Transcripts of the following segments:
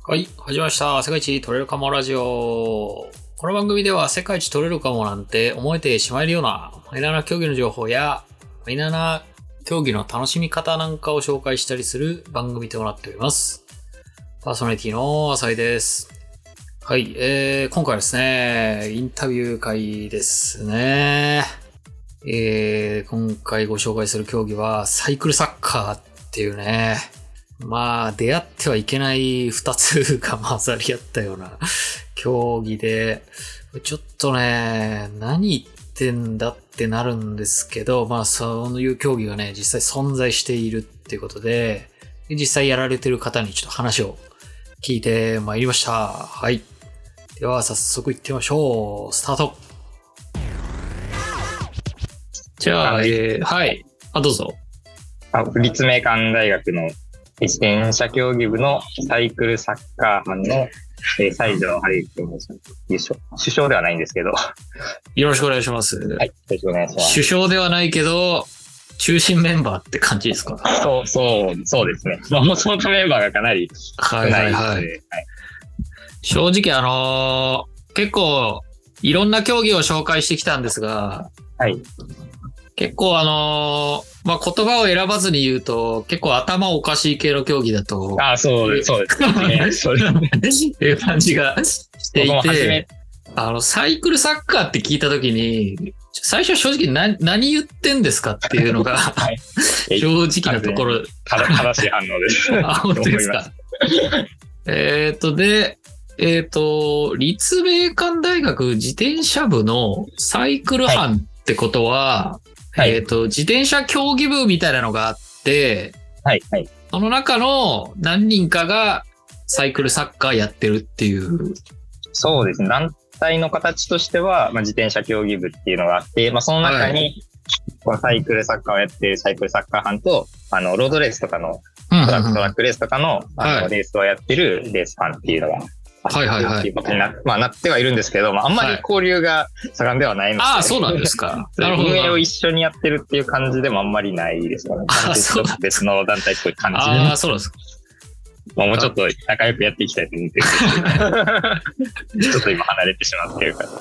はい、始まりました。世界一取れるかもラジオ。この番組では世界一取れるかもなんて思えてしまえるようなマイナーな競技の情報やマイナーな競技の楽しみ方なんかを紹介したりする番組となっております。パーソナリティの浅井です。はい、今回ですね、インタビュー会ですね。今回ご紹介する競技はサイクルサッカーっていうね、まあ出会ってはいけない二つが混ざり合ったような競技で、ちょっとね、何言ってんだってなるんですけど、まあそういう競技がね、実際存在しているっていうことで、実際やられてる方にちょっと話を聞いてまいりました。はい。では早速行ってみましょう。スタート。じゃあ、はい。どうぞ。 立命館大学の自転車競技部のサイクルサッカー班の西条春之と申します。主将ではないんですけど。 よろしくお願いします。はい、 よろしくお願いします。 主将ではないけど、中心メンバーって感じですか？ そうですね。もともとメンバーがかなり少ないので、はい。 正直結構いろんな競技を紹介してきたんですが、 はい。 結構まあ、言葉を選ばずに言うと、結構頭おかしい系の競技だと。 そうですね。 っていう感じがしていて、サイクルサッカーって聞いたときに、最初正直何言ってんですかっていうのが、はい、正直なところ。 正しい反応です。 本当ですか。立命館大学自転車部のサイクル班ってことは、はい、自転車競技部みたいなのがあって、 はい。 その中の何人かがサイクルサッカーやってるっていう。 そうですね。団体の形としては、自転車競技部っていうのがあって、その中に、サイクルサッカーをやってるサイクルサッカー班と、ロードレースとかの、トラックレースとかの、レースをやってるレース班っていうのが、なってはいるんですけど、あんまり交流が盛んではないので。 そうなんですか。 なるほど。運営を一緒にやってるっていう感じでもあんまりないですかね。別の団体っぽい感じで。 そうですか。 もうちょっと仲良くやっていきたいと思ってるんですけど、ちょっと今離れてしまってるから。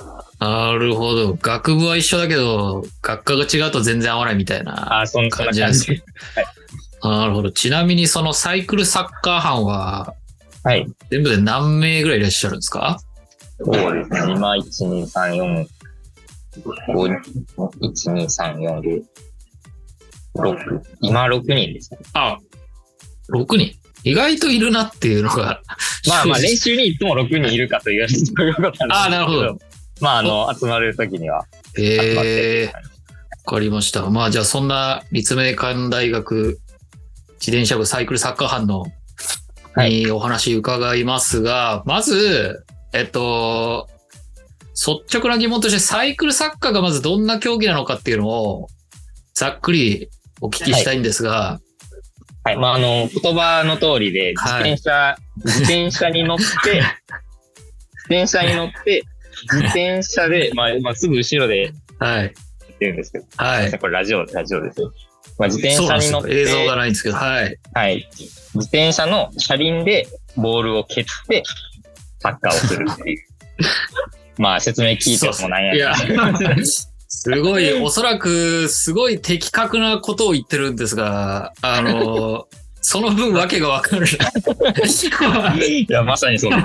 なるほど。学部は一緒だけど、学科が違うと全然合わないみたいな感じなんですね。なるほど。ちなみにそのサイクルサッカー班は、 はい。 全部で何名ぐらいいらっしゃるんですか？ そうですね。今、1、2、3、4、5、1、2、3、4、5、6。今、6人ですね。 6人。意外といるなっていうのが。 練習にいつも6人いるかと言われるということなんですけど。 なるほど。 集まるときには。わかりました。じゃあそんな立命館大学自転車部サイクルサッカー班のにお話伺いますが、まず、率直な疑問としてサイクルサッカーがまずどんな競技なのかっていうのをざっくりお聞きしたいんですが。 はい。言葉の通りで、自転車に乗って、自転車で、すぐ後ろで、言ってるんですけど。はい。これラジオですよ。自転車に乗って。 映像がないんですけど、はい。 はい。自転車の車輪でボールを蹴って、サッカーをするっていう。説明聞いてもなんやすごい、おそらく、すごい的確なことを言ってるんですが、その分わけがわかる。 いや、まさにそうです。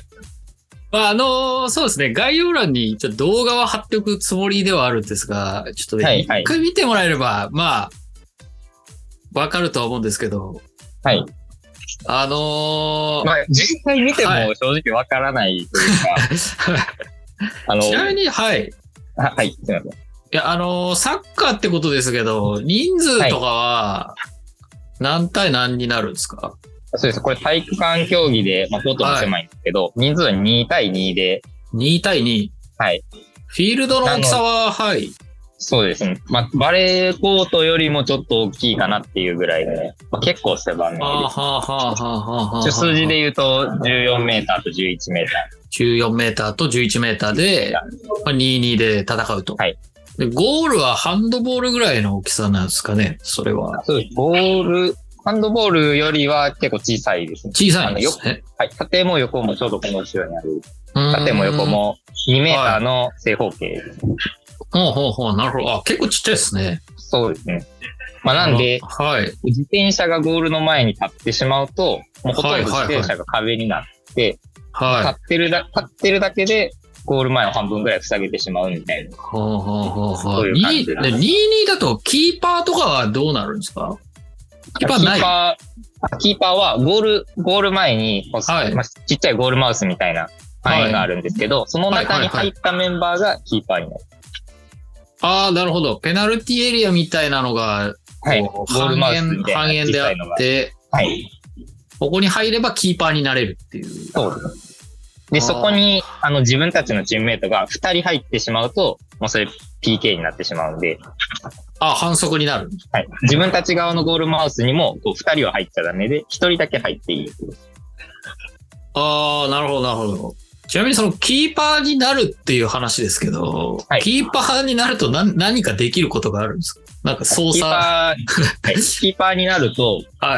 そうですね。概要欄にちょっと動画は貼っておくつもりではあるんですが、ちょっとね、一回見てもらえれば、わかるとは思うんですけど。 はい。実際見ても正直わからないというか。 ちなみに、はい。 はい、すみません。いや、サッカーってことですけど、人数とかは、何対何になるんですか？ そうです。これ体育館競技で、コートも狭いんですけど、人数は2対2で。 2対2？ はい。 フィールドの大きさは、はい。 そうですね。バレーコートよりもちょっと大きいかなっていうぐらいで、結構狭めです。数字で言うと、14メーターと11メーター。14メーターと11メーターで、2-2で戦うと。 はい。 でゴールはハンドボールぐらいの大きさなんですかね、それは。 そうです。ゴールハンドボールよりは結構小さいですね。 小さいんですね。 はい。縦も横もちょうどこの後ろにある。縦も横も2メーターの正方形です。 ほう、なるほど。あ、結構ちっちゃいですね。 そうですね。まあなんで、 はい。 自転車がゴールの前に立ってしまうと、もうほとんど自転車が壁になって、 はい。 立ってるだけで、ゴール前を半分ぐらい塞げてしまうみたいな。 そういう感じで。 2-2だと、キーパーとかはどうなるんですか？キーパーない？ キーパーはゴール前に、はい、ちっちゃいゴールマウスみたいな範囲があるんですけど、その中に入ったメンバーがキーパーになる。 ああ、なるほど。ペナルティエリアみたいなのが、 はい、ゴールマウスみたいな半円であって、はい。ここに入ればキーパーになれるっていう。 そうです。で、そこに、自分たちのチームメイトが2人入ってしまうと、もうそれ PK になってしまうんで。 あ、反則になる。 はい。自分たち側のゴールマウスにも、2人は入っちゃダメで、1人だけ入っていい。 ああ、なるほど。ちなみにそのキーパーになるっていう話ですけど、はい、キーパーになると何かできることがあるんですか？なんか操作。 キーパーになると、はい、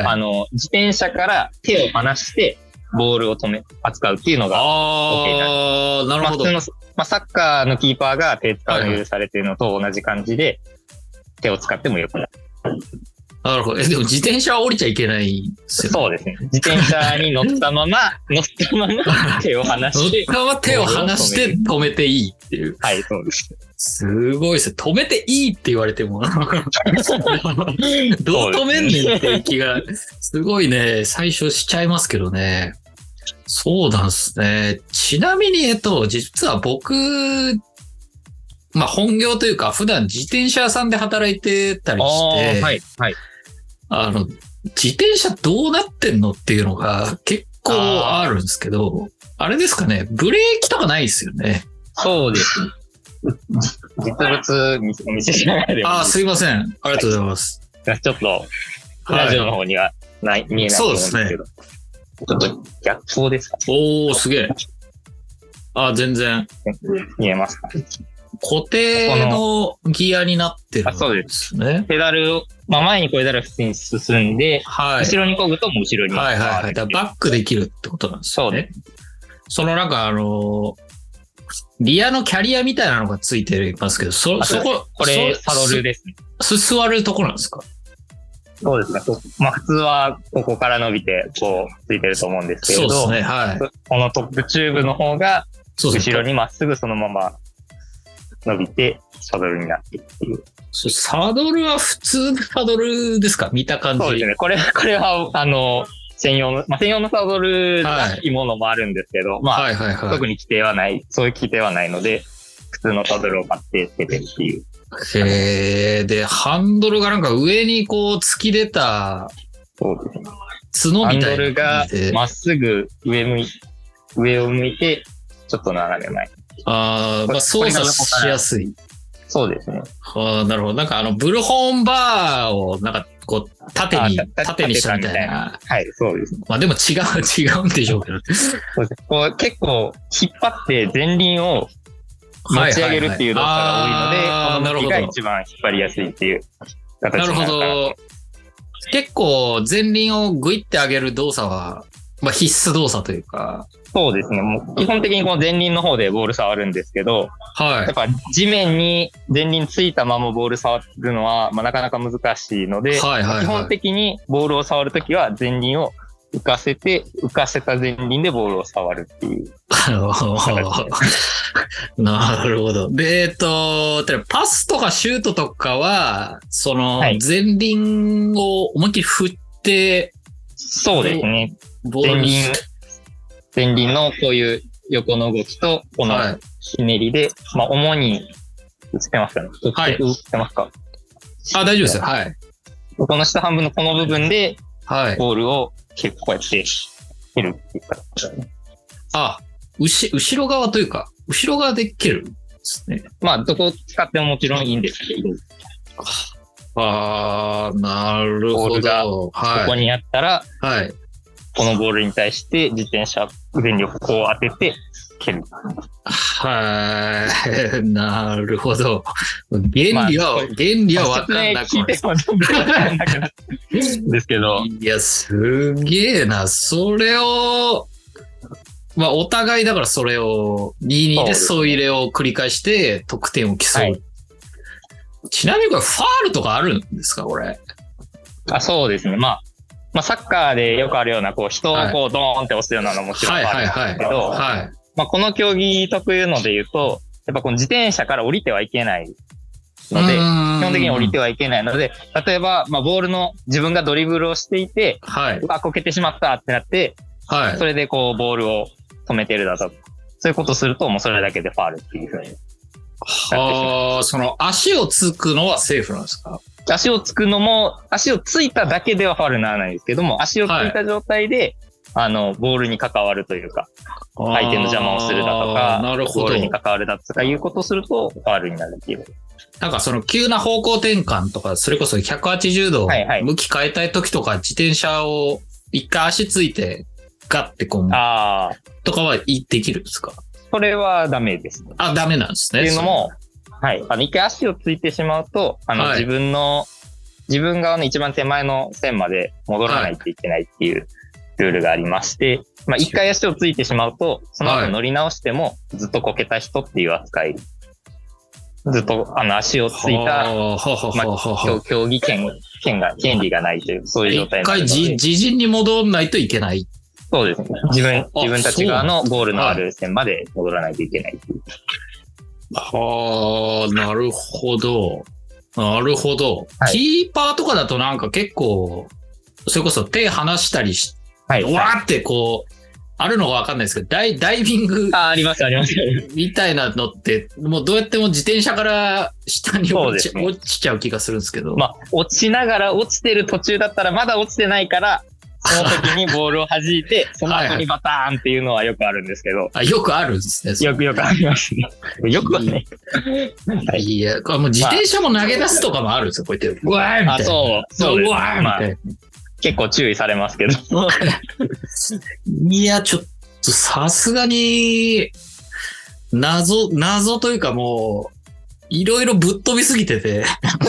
自転車から手を離して、ボールを扱うっていうのが OK になる。 ああ、なるほど。 サッカーのキーパーが手使うの許されているのと同じ感じで、手を使ってもよくなる。 なるほど。でも自転車は降りちゃいけないですよね。 そうですね。自転車に乗ったまま手を離して。 乗ったまま手を離して止めていいっていう。 はい、そうです。 すごいですね。止めていいって言われても。どう止めんねんっていう気が、すごいね、最初しちゃいますけどね。そうなんですね。ちなみに、実は僕、本業というか、普段自転車屋さんで働いてたりして、 はい。 自転車どうなってんのっていうのが結構あるんですけど、あれですかね、ブレーキとかないですよね。 そうです。実物お見せしながらでも。 すいません。ありがとうございます。 ちょっと、ラジオの方には見えないと思うんですけど。ちょっと逆光ですか？ おー、すげえ。全然。 見えますか？ 固定のギアになってるんですね。 そうです。ペダルを、前にこいだら普通に進んで、はい、後ろに漕ぐともう後ろに。 はい。だからバックできるってことなんですよね。そのリアのキャリアみたいなのがついてますけど、そこ、 これ、サドルですね。 座るところなんですか？ そうですね。普通はここから伸びて、こう、ついてると思うんですけれど、 そうですね、はい。 このトップチューブの方が、後ろにまっすぐそのまま伸びて、サドルになっているっていう。 サドルは普通のサドルですか？見た感じ。 そうですね。これは、専用のサドルらしいものもあるんですけど、特に規定はない、そういう規定はないので、普通のサドルを買ってつけてるっていう。 で、ハンドルがなんか上にこう突き出た、 そうですね。 角みたいな。 ハンドルがまっすぐ上を向いて、ちょっと斜め前。 操作しやすい。 そうですね。 なるほど。なんかブルホンバーをなんかこう縦にしたみたいな。 はい、そうです。 でも違うんでしょうけど。 そうです。こう結構引っ張って前輪を持ち上げるっていう動作が多いので、この向きが一番引っ張りやすいっていう形になる。なるほど。 結構前輪をグイって上げる動作は、必須動作というか。 そうですね。もう基本的にこの前輪の方でボール触るんですけど、はい。やっぱ地面に前輪ついたままボール触るのは、なかなか難しいので、基本的にボールを触るときは前輪を浮かせた前輪でボールを触るっていう。 なるほど。で、パスとかシュートとかは、前輪を思いっきり振って、 そうですね。前輪のこういう横の動きと、このひねりで、主に、映ってますかね？はい。映ってますか？ 大丈夫ですよ。はい。 この下半分のこの部分で、ボールを結構こうやって蹴るっていう形だね。 後ろ側というか、後ろ側で蹴るんですね。 どこを使ってももちろんいいんですけど。 なるほど。 ボールがここにあったら、はい。このボールに対して自転車全力こう当てて蹴る。 なるほど。原理は分かんなくなる。 ですけど。 いや、すげえな。それを、まあ、お互いだからそれを、2-2で総入れを繰り返して得点を競う。はい、ちなみにこれ、ファールとかあるんですか、これ。 そうですね。まあ、サッカーでよくあるような、こう、人をこう、ドーンって押すようなのももちろんあるんですけど、まあ、この競技特有ので言うと、やっぱこの自転車から降りてはいけないので、基本的に降りてはいけないので、例えば、まあ、ボールの自分がドリブルをしていて、うわ、こけてしまったってなって、それでこう、ボールを止めてるだと。そういうことすると、もうそれだけでファールっていうふうに。 その足をつくのはセーフなんですか？ 足をつくのも、足をついただけではファウルにならないんですけども、足をついた状態で、ボールに関わるというか、相手の邪魔をするだとか、ボールに関わるだとかいうことをすると、ファウルになるっていう。 なんかその急な方向転換とか、それこそ180度向き変えたい時とか、自転車を一回足ついて、ガッてこう、とかはできるんですか？ それはダメですね。 ダメなんですね。 っていうのも、はい。一回足をついてしまうと、自分側の一番手前の線まで戻らないといけないっていうルールがありまして、まあ一回足をついてしまうと、その後乗り直してもずっとこけた人っていう扱い。ずっと足をついた、競技権利がないという、そういう状態になるので。 一回自陣に戻らないといけない。 そうですね。自分たち側のゴールのある線まで戻らないといけないっていう。 なるほど。なるほど。はい、キーパーとかだとなんか結構、それこそ手離したりして、わーってこう、あるのかわかんないですけど、ダイビング。 あります。 みたいなのって、もうどうやっても自転車から下に落ちちゃう気がするんですけど。 まあ、落ちながら落ちてる途中だったらまだ落ちてないから、その時にボールを弾いて、その後にバターンっていうのはよくあるんですけど。 よくあるんですね。 よくありますね。よくはね。 いや、これもう自転車も投げ出すとかもあるんですよ、こうやって。うわーみたいな。 そうです。 うわーみたいな。 結構注意されますけど。 いや、ちょっとさすがに、謎というかもう、いろいろぶっ飛びすぎてて。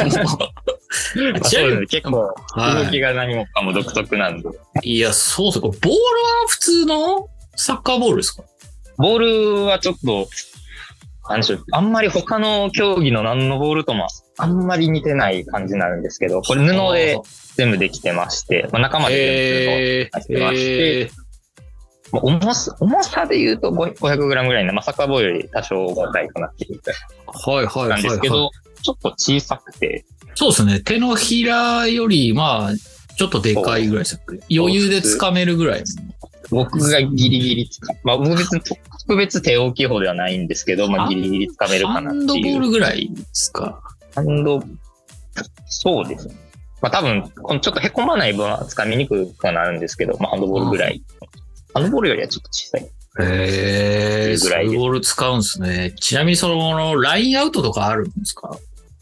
結構、動きが何もかも独特なんで。 いや、そうそう。ボールは普通のサッカーボールですか？ ボールはちょっと、なんでしょう。あんまり他の競技の何のボールともあんまり似てない感じになるんですけど、これ布で全部できてまして、中まで全部入ってまして、重さで言うと500グラムぐらいの、サッカーボールより多少重いかなっていうなんですけど、ちょっと小さくて。 そうですね。手のひらより、ちょっとでかいぐらいです。余裕で掴めるぐらい。 僕がギリギリ僕別に特別手大きい方ではないんですけど、ギリギリ掴めるかなっていう。 ハンドボールぐらいですか？ そうですね。多分、ちょっと凹まない分は掴みにくくはなるんですけど、ハンドボールぐらい。ハンドボールよりはちょっと小さい。 そういうボール使うんですね。ちなみにその、ラインアウトとかあるんですか？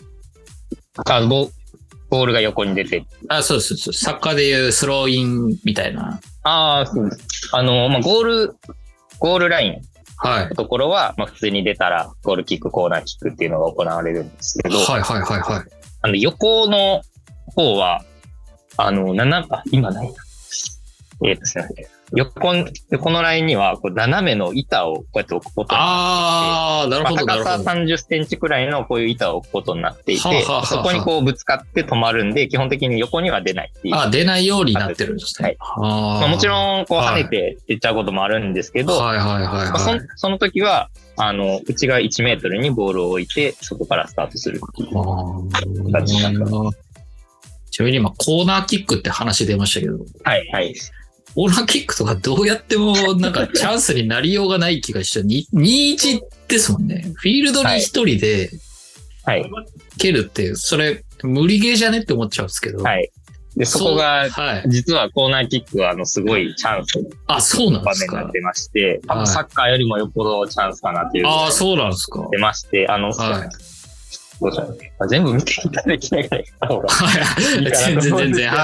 ボールが横に出て。 そうです。サッカーでいうスローインみたいな。 そうです。ゴールラインのところは、普通に出たら、ゴールキック、コーナーキックっていうのが行われるんですけど、横の方は、今ないな。すいません。横のラインには、斜めの板をこうやって置くことになっていて、 なるほど。 高さ30センチくらいのこういう板を置くことになっていて、そこにぶつかって止まるんで、基本的に横には出ないっていう。 出ないようになってるんですね。 もちろん、跳ねていっちゃうこともあるんですけど、その時は、内側1メートルにボールを置いて、そこからスタートするっていう形になってます。 ちなみに今、コーナーキックって話出ましたけど。 はい。 コーナーキックとかどうやってもなんかチャンスになりようがない気がして、2-1ですもんね。フィールドに一人で蹴るっていう、それ無理ゲーじゃねって思っちゃうんですけど。 で、そこが、実はコーナーキックはすごいチャンスの場面になってまして、サッカーよりもよっぽどチャンスかなっていう。 そうなんですか。 出まして、どうしたの？全部見ていただきながら言った方がいいかなと思うんですけど。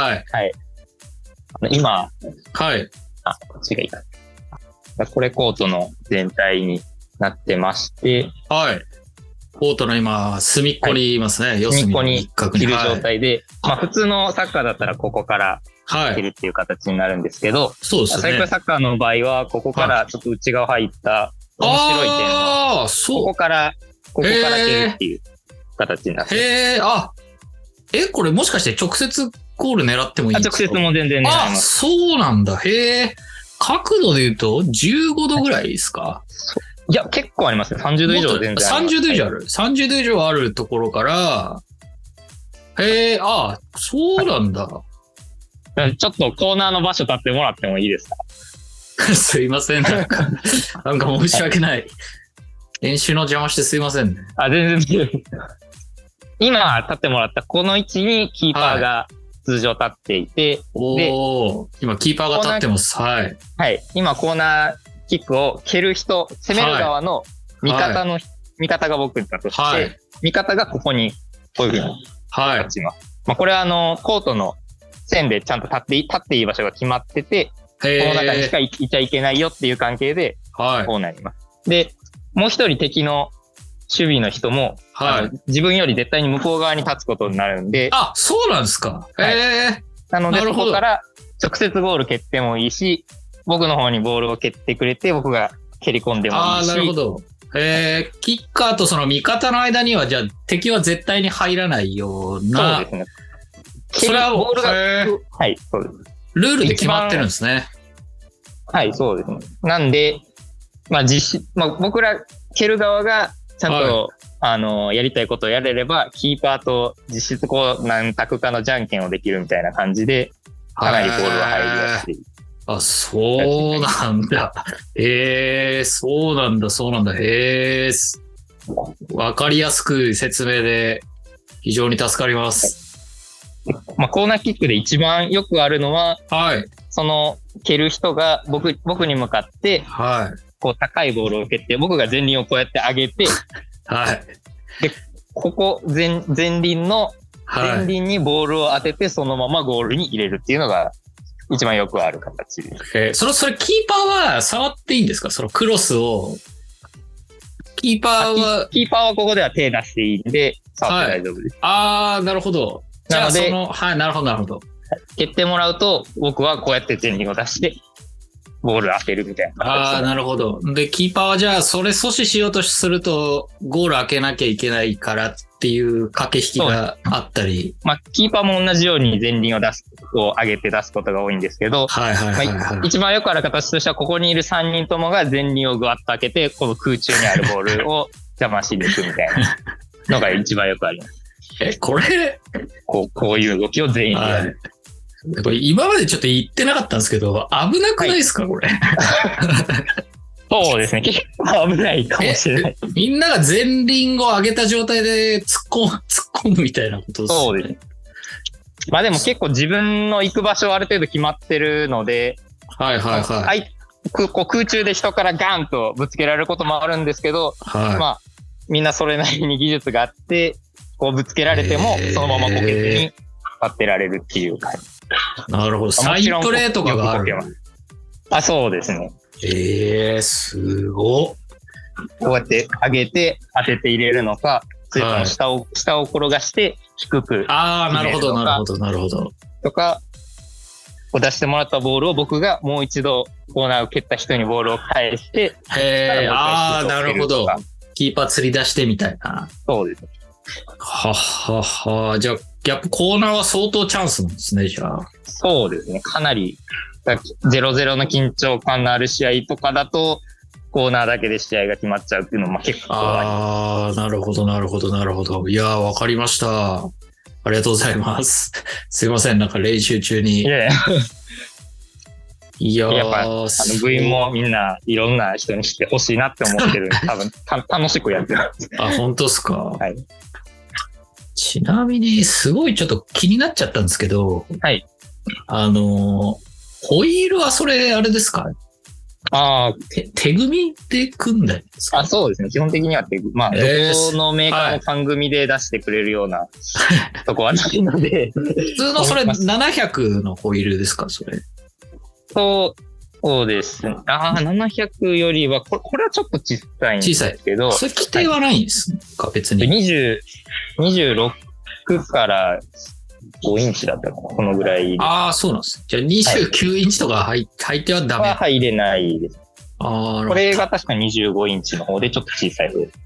今、こっちがいいかな。これコートの全体になってまして、 コートの今、隅っこにいますね。四隅っこ隅のに一角に。 いる状態で、まあ普通のサッカーだったらここから蹴るっていう形になるんですけど、 そうですね。 サイクルサッカーの場合は、ここからちょっと内側入った面白い点の、ここから蹴るっていう形になってます。 へー、あ、これもしかして直接ゴール狙ってもいいんですか？ 直接も全然狙います。 あ、そうなんだ。へー。角度で言うと15度ぐらいですか？ いや、結構ありますね。30度以上全然あります。 30度以上ある。30度以上あるところから、そうなんだ。 ちょっとコーナーの場所立ってもらってもいいですか？ すいません。なんか申し訳ない。練習の邪魔してすいませんね。 全然。今立ってもらったこの位置にキーパーが通常立っていて、 今キーパーが立ってます。はい。 はい。今コーナーキックを蹴る人、攻める側の味方が僕だとして、味方がここにこういうふうに立ちます。まあこれはコートの線でちゃんと立っていい場所が決まってて、この中にしかいちゃいけないよっていう関係で、こうなります。で、もう一人敵の守備の人も、自分より絶対に向こう側に立つことになるんで。 あ、そうなんですか。 なので、そこから直接ゴール蹴ってもいいし、僕の方にボールを蹴ってくれて、僕が蹴り込んでもいいし。 なるほど。キッカーとその味方の間には、じゃあ敵は絶対に入らないような。 そうですね。 それはボールが、はい、そうです。 ルールで決まってるんですね。 はい、そうですね。なんで、まあ僕ら蹴る側がちゃんと、やりたいことをやれれば、キーパーと実質何択かのじゃんけんをできるみたいな感じで、かなりボールが入りやすい。 あ、そうなんだ。そうなんだ、そうなんだ。わかりやすく説明で非常に助かります。 まあ、コーナーキックで一番よくあるのは、その蹴る人が僕に向かって、こう高いボールを蹴って、僕が前輪をこうやって上げて、で、ここ前輪にボールを当てて、そのままゴールに入れるっていうのが一番よくある形です。それキーパーは触っていいんですか？そのクロスを。キーパーはここでは手出していいんで、触って大丈夫です。 なるほど。じゃあなるほど、なるほど。 蹴ってもらうと、僕はこうやって前輪を出して、ボール当てるみたいな。 なるほど。で、キーパーはじゃあ、それ阻止しようとすると、ゴール開けなきゃいけないからっていう駆け引きがあったり。 まあ、キーパーも同じように前輪を上げて出すことが多いんですけど、一番よくある形としては、ここにいる3人ともが前輪をぐわっと開けて、この空中にあるボールを邪魔しに行くみたいなのが一番よくあります。 これこういう動きを全員でやる。 これ今までちょっと言ってなかったんですけど、危なくないですか、これ。 そうですね。結構危ないかもしれない。 みんなが前輪を上げた状態で突っ込むみたいなことですね。 そうですね。まあでも結構自分の行く場所はある程度決まってるので、空中で人からガンとぶつけられることもあるんですけど、まあみんなそれなりに技術があって、こうぶつけられてもそのままこけずに立ってられるっていう感じ。 なるほど。サインプレーとかがある。 そうですね。 すごっ。 こうやって上げて当てて入れるのか、それとも下を転がして低く。 なるほど、なるほど、なるほど。 とか、出してもらったボールを僕がもう一度コーナーを蹴った人にボールを返して。 なるほど。キーパー釣り出してみたいな。 そうです。 じゃあ、ギャップコーナーは相当チャンスなんですね、じゃあ。 そうですね。かなり、0-0の緊張感のある試合とかだと、コーナーだけで試合が決まっちゃうっていうのも結構あります。 なるほど、なるほど、なるほど。いやー、わかりました。ありがとうございます。すいません、なんか練習中に。 やっぱ、部員もみんないろんな人にしてほしいなって思ってるんで、多分楽しくやってます。 本当ですか？ はい。 ちなみに、すごいちょっと気になっちゃったんですけど、 はい。 ホイールはそれ、あれですか？手組みで組んだんですか？ そうですね。基本的にはどこのメーカーの缶組で出してくれるようなとこはないので。 普通のそれ700のホイールですか？それ。 そうですね。700よりは、これはちょっと小さいんですけど。 それ規定はないんですか、別に。 26から5インチだったかな、このぐらい。 ああ、そうなんです。じゃあ29インチとか入ってはダメ。 入れないです。 これが確か25インチの方でちょっと小さい方です。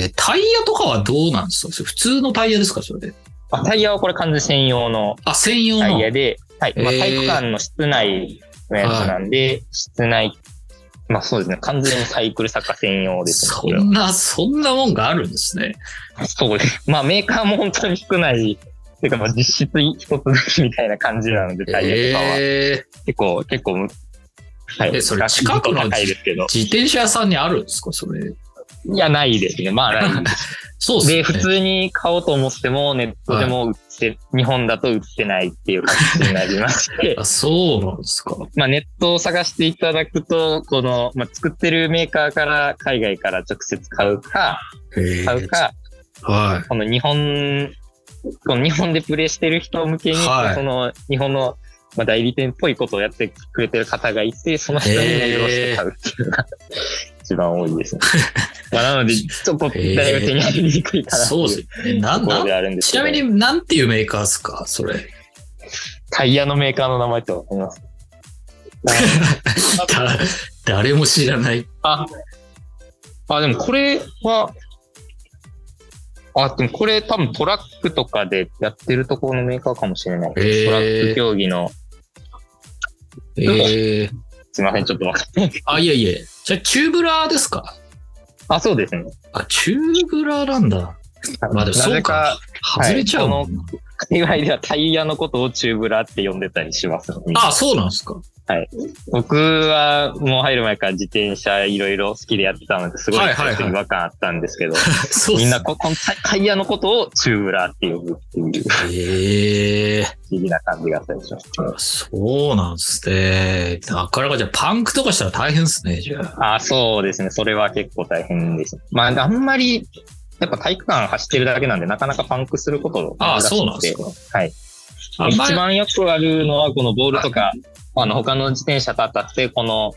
タイヤとかはどうなんですか？普通のタイヤですか、それで。 タイヤはこれ完全専用のタイヤで、はい。体育館の室内のやつなんで、室内、そうですね。完全にサイクルサッカー専用ですね。 そんなもんがあるんですね。 そうです。メーカーも本当に少ない、てか実質一つだけみたいな感じなので、タイヤとかは。結構、はい。 それ近くの自転車屋さんにあるんですか、それ。 いや、ないですね。ないです。 そうですね。 で、普通に買おうと思っても、ネットでも日本だと売ってないっていう感じになりまして。 そうなんですか。 ネットを探していただくと、作ってるメーカーから海外から直接買うか、 はい。 この日本でプレイしてる人向けに、その日本の代理店っぽいことをやってくれてる方がいて、その人にメールをして買うっていうのが一番多いですね。なので、ちょっとだいぶ手に入りにくいかなっていうところであるんですけど。 ちなみに何ていうメーカーですか、それ。 タイヤのメーカーの名前ってわかります？ 誰も知らない。 でもこれは、でもこれ多分トラックとかでやってるところのメーカーかもしれない。トラック競技の。すいません、ちょっとわかんない。 いえ。じゃあ、チューブラーですか？ そうですね。 チューブラーなんだ。でもそうか。外れちゃうの。 海外ではタイヤのことをチューブラーって呼んでたりします。 そうなんですか。 はい。僕はもう入る前から自転車いろいろ好きでやってたので、すごい違和感あったんですけど、みんなこのタイヤのことをチューブラーって呼ぶっていう、不思議な感じがしたりします。 そうなんですね。なかなかじゃあパンクとかしたら大変ですね、じゃあ。 そうですね。それは結構大変です。あんまり、やっぱ体育館走ってるだけなんで、なかなかパンクすることがそうなんですか。 はい。一番よくあるのは、このボールとか、他の自転車と当たって、この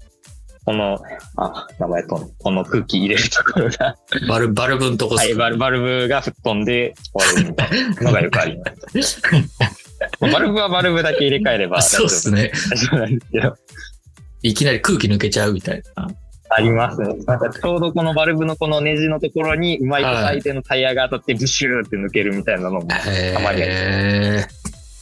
空気入れるところが。バルブのとこですか？はい、バルブが吹っ飛んで壊れるみたいなのがよくあります。バルブはバルブだけ入れ替えればそうですね。 大丈夫なんですけど。 いきなり空気抜けちゃうみたいな。 ありますね。ちょうどこのバルブのこのネジのところにうまいこと相手のタイヤが当たってブシューって抜けるみたいなのもたまにあります。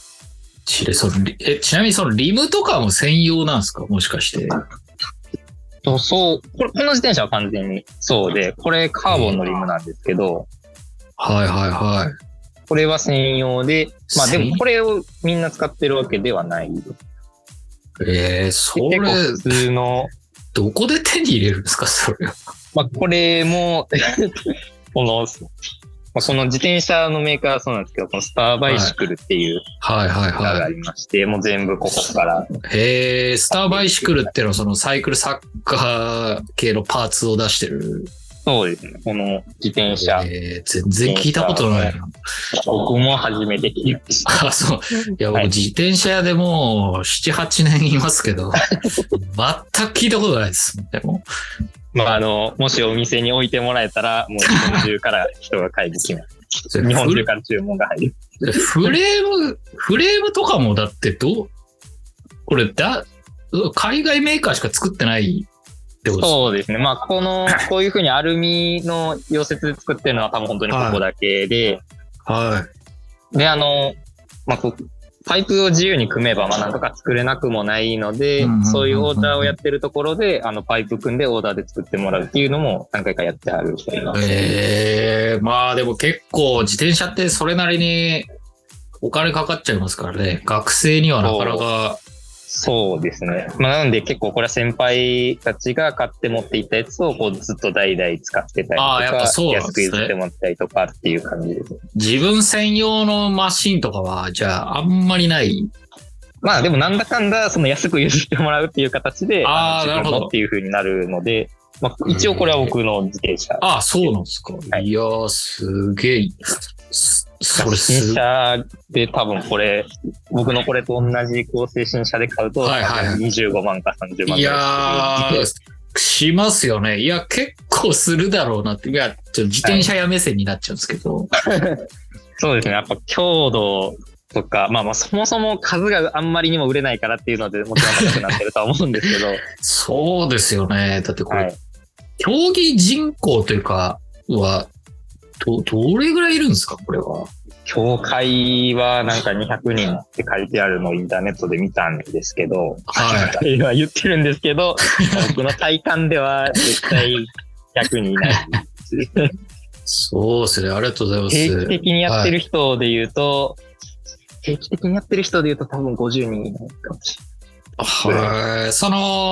ちなみにそのリムとかも専用なんですか？もしかして。 この自転車は完全にそうで、これカーボンのリムなんですけど。 はい。 これは専用で、でもこれをみんな使ってるわけではないです。 それ。 普通の。 どこで手に入れるんですか、それは。 これも、この自転車のメーカーはそうなんですけど、このスターバイシクルっていうがありまして、もう全部ここから。 スターバイシクルっていうのはそのサイクルサッカー系のパーツを出してる。 そうですね。この自転車。 全然聞いたことないな。 僕も初めて聞きました。 そう。いや、僕自転車屋でもう7、8年いますけど、全く聞いたことないです。でも。 もしお店に置いてもらえたら、もう日本中から人が買いに来ます。日本中から注文が入る。 フレームとかもだってこれ海外メーカーしか作ってないってことですか？ そうですね。こういうふうにアルミの溶接作ってるのは多分本当にここだけで。で、パイプを自由に組めば、なんとか作れなくもないので、そういうオーダーをやってるところで、パイプ組んでオーダーで作ってもらうっていうのも何回かやってあるみたいな。 でも結構自転車ってそれなりにお金かかっちゃいますからね。学生にはなかなか。 そうですね。なので結構これは先輩たちが買って持っていったやつをずっと代々使ってたりとか、 やっぱそうなん安く譲ってもらったりとかっていう感じです。 自分専用のマシンとかは、じゃああんまりない？ でもなんだかんだその安く譲ってもらうっていう形で、 なるほどっていう風になるので、一応これは僕の自転車。 そうなんですか。いやー、すげえ。 それ新車で多分これ、僕のこれと同じ構成新車で買うと、 はいはい、 25万か30万いやー、しますよね。いや、結構するだろうなって。いや、自転車屋目線になっちゃうんですけど。 そうですね。やっぱ強度とか、まあそもそも数があんまりにも売れないからっていうので、もちろん高くなってるとは思うんですけど。 そうですよね。だってこれ、競技人口というか、どれぐらいいるんですか、これは。 協会はなんか200人って書いてあるのをインターネットで見たんですけど、 はい。 今言ってるんですけど、僕の体感では絶対100人いない。 そうですね。ありがとうございます。 定期的にやってる人で言うと、定期的にやってる人で言うと多分50人いないかもしれない。 はい。す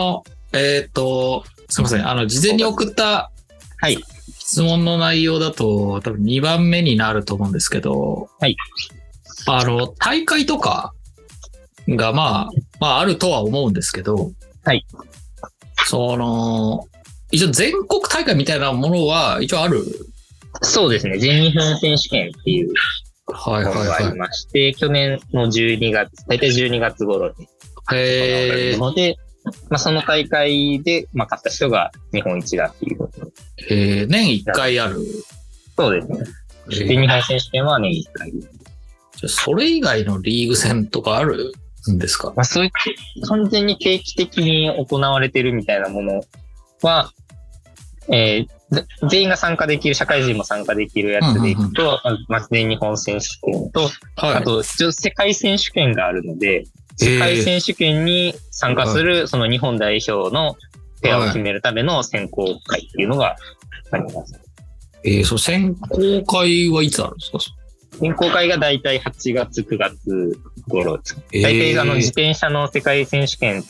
みません。事前に送った質問の内容だと多分2番目になると思うんですけど、 はい。 大会とかがまああるとは思うんですけど、 はい。 一応全国大会みたいなものは一応ある？ そうですね。全日本選手権っていうものがありまして、去年の12月、大体12月頃に行われるので、その大会で、勝った人が日本一だっていう。 年1回ある。 そうですね。全日本選手権は年1回。 じゃあそれ以外のリーグ戦とかあるんですか？ そういった完全に定期的に行われてるみたいなものは、全員が参加できる、社会人も参加できるやつでいくと、全日本選手権と、あと、世界選手権があるので、世界選手権に参加する、その日本代表のペアを決めるための選考会っていうのがあります。 そう、選考会はいつあるんですか？ 選考会がだいたい8月、9月頃です。だいたい自転車の世界選手権って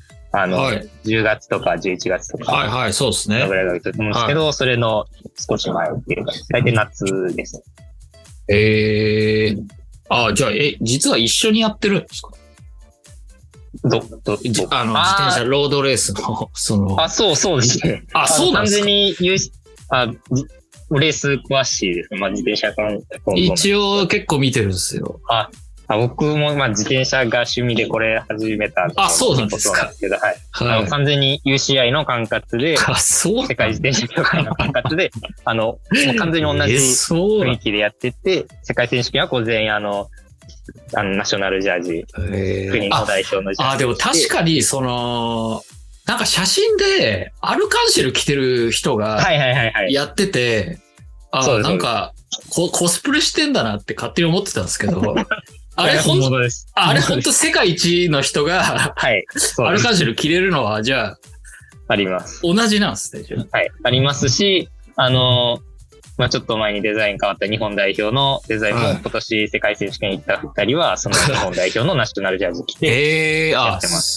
、10月とか11月とか。 はいはい、そうですね。 ぐらいがいいと思うんですけど、それの少し前っていうか、だいたい夏ですね。じゃあ、実は一緒にやってるんですか？自転車ロードレースの、 そうですね。 そうなんですか？ 完全にレース詳しいです。自転車関一応結構見てるんですよ。 僕も自転車が趣味でこれ始めた。 そうなんですか。 はい。完全に UCI の管轄で、世界自転車協会の管轄で、もう完全に同じ雰囲気でやってて、世界選手権は全員ナショナルジャージ、国の代表のジャージ。 でも確かに、なんか写真でアルカンシル着てる人がやってて、なんかコスプレしてんだなって勝手に思ってたんですけど、あれ本当世界一の人がアルカンシル着れるのはじゃああります。 同じなんですね。 はい、ありますし、ちょっと前にデザイン変わった日本代表のデザインも今年世界選手権行った2人はその日本代表のナショナルジャージ着てやってます。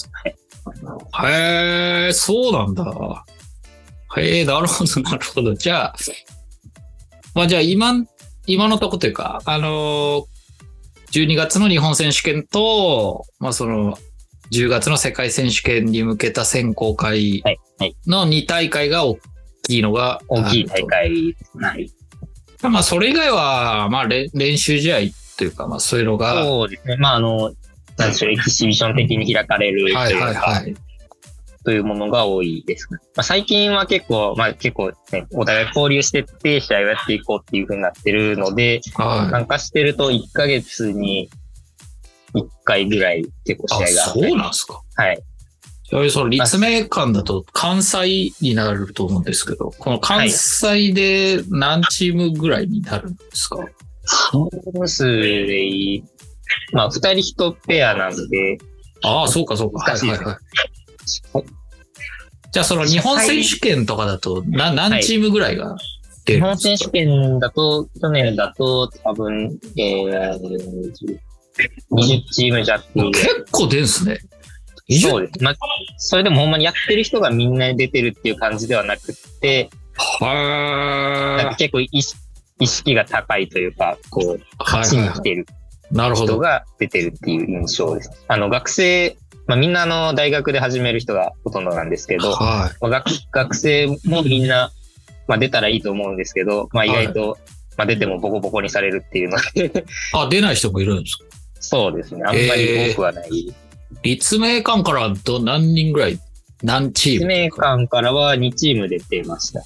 そうなんだ。なるほど、なるほど。じゃあ、じゃあ今のとこというか、12月の日本選手権と、10月の世界選手権に向けた選考会の2大会が大きいのが。 大きい大会ですね。 それ以外は、練習試合というか、そういうのが。 そうですね。なんでしょう、エキシビション的に開かれるというか、というものが多いです。最近は結構ね、お互い交流してって試合をやっていこうっていう風になってるので、参加してると1ヶ月に1回ぐらい結構試合が。 そうなんですか？ はい。 その立命館だと関西になると思うんですけど、この関西で何チームぐらいになるんですか？ そうですね。2人1ペアなんで。 そうか。じゃあその日本選手権とかだと何チームぐらいが出るんですか？ 日本選手権だと、去年だと多分、20チームじゃっていう。 結構出るんですね。 そうです。それでもほんまにやってる人がみんな出てるっていう感じではなくて、結構意識が高いというか、勝ちに来てる人が出てるっていう印象です。学生、みんな大学で始める人がほとんどなんですけど、学生もみんな、出たらいいと思うんですけど、意外と、 まあ出てもボコボコにされるっていうのであ、出ない人もいるんですか？ そうですね。あんまり多くはない。 立命館からは何人ぐらい、何チーム？ 立命館からは2チーム出てました。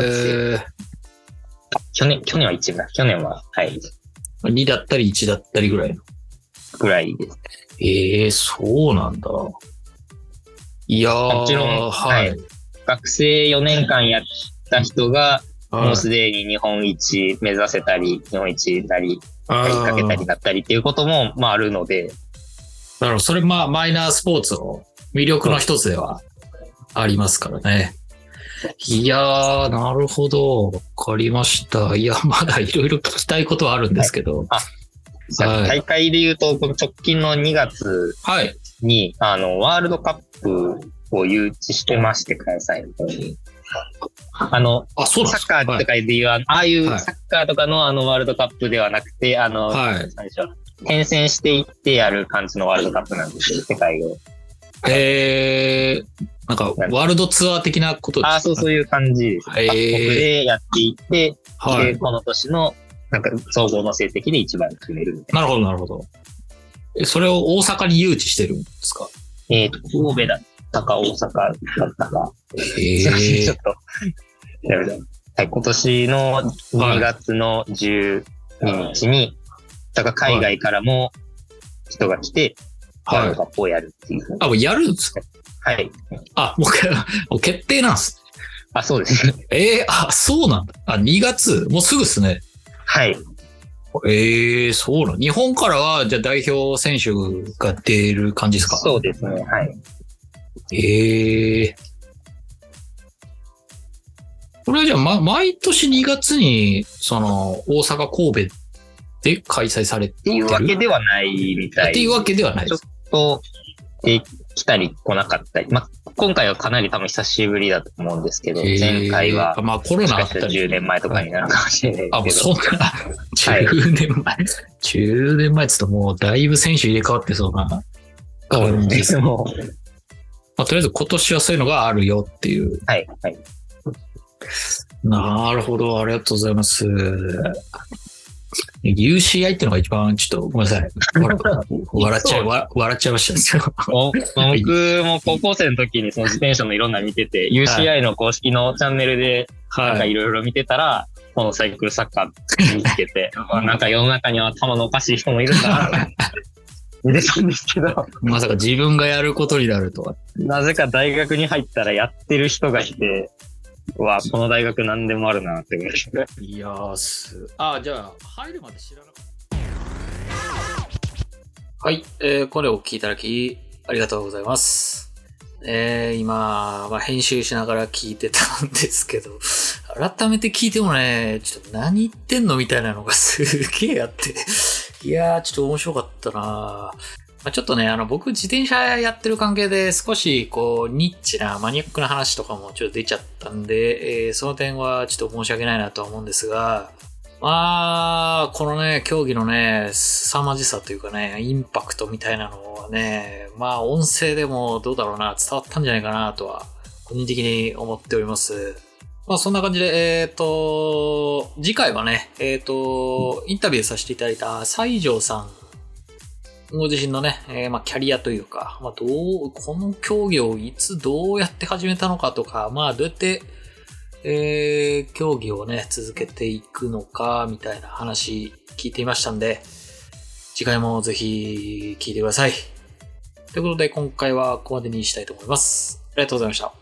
去年は1チームだ。去年は、はい。 2だったり1だったりぐらいの。 ぐらいです。 そうなんだ。いやー、 もちろん、はい。学生4年間やった人が、もうすでに日本一目指せたり、日本一なり、かけたりなったりっていうことも、まああるので。 なるほど。それまあマイナースポーツの魅力の一つではありますからね。いやー、なるほど。わかりました。いや、まだいろいろ聞きたいことはあるんですけど。 大会で言うと、この直近の2月に、ワールドカップを誘致してまして、関西の方に。サッカーとかで言う、ああいうサッカーとかのワールドカップではなくて、何でしょう。転戦していってやる感じのワールドカップなんですよ、世界を。 なんか、ワールドツアー的なことですか？ そういう感じです。各国でやっていって、で、この年の、なんか、総合の成績で一番決めるみたいな。 なるほど、なるほど。それを大阪に誘致してるんですか？ 神戸だったか、大阪だったか。ちょっと、はい、今年の2月の12日に、だから海外からも人が来て、ワールドカップをやるっていう。 もうやるんですか？ はい。 もう決定なんです。 そうです。 そうなんだ。2月もうすぐですね。 はい。 そうなん。日本からは、じゃあ代表選手が出る感じですか？ そうですね。はい。 これはじゃあ、毎年2月に、大阪、神戸で開催されてるっていうわけではないみたい。 っていうわけではないです。 ちょっと、来たり来なかったり。今回はかなり多分久しぶりだと思うんですけど、前回は、 コロナあったり10年前とかになるかもしれないですけど。 そんな、10年前。10年前って言うともうだいぶ選手入れ替わってそうな感じです。とりあえず今年はそういうのがあるよっていう。 はい。はい。 なるほど、ありがとうございます。UCI ってのが一番ちょっとごめんなさい。笑っちゃいました。 僕も高校生の時にその自転車のいろんな見てて、UCI の公式のチャンネルでなんかいろいろ見てたら、このサイクルサッカー見つけて、なんか世の中には頭のおかしい人もいるんだな見てたんですけど。 まさか自分がやることになるとは。 なぜか大学に入ったらやってる人がいて、この大学何でもあるなって思いました。 いやじゃあ、入るまで知らなかった。はい、これをお聞きいただき、ありがとうございます。今、編集しながら聞いてたんですけど、改めて聞いてもね、ちょっと何言ってんのみたいなのがすげえあって、いやちょっと面白かったなちょっとね、僕自転車やってる関係で少しニッチなマニアックな話とかもちょっと出ちゃったんで、その点はちょっと申し訳ないなとは思うんですが、このね、競技のね、凄まじさというかね、インパクトみたいなのはね、音声でもどうだろうな、伝わったんじゃないかなとは、個人的に思っております。そんな感じで、次回はね、インタビューさせていただいた西条さん、ご自身のね、キャリアというか、この競技をいつどうやって始めたのかとか、どうやって、競技をね、続けていくのか、みたいな話聞いていましたんで、次回もぜひ聞いてください。ということで、今回はここまでにしたいと思います。ありがとうございました。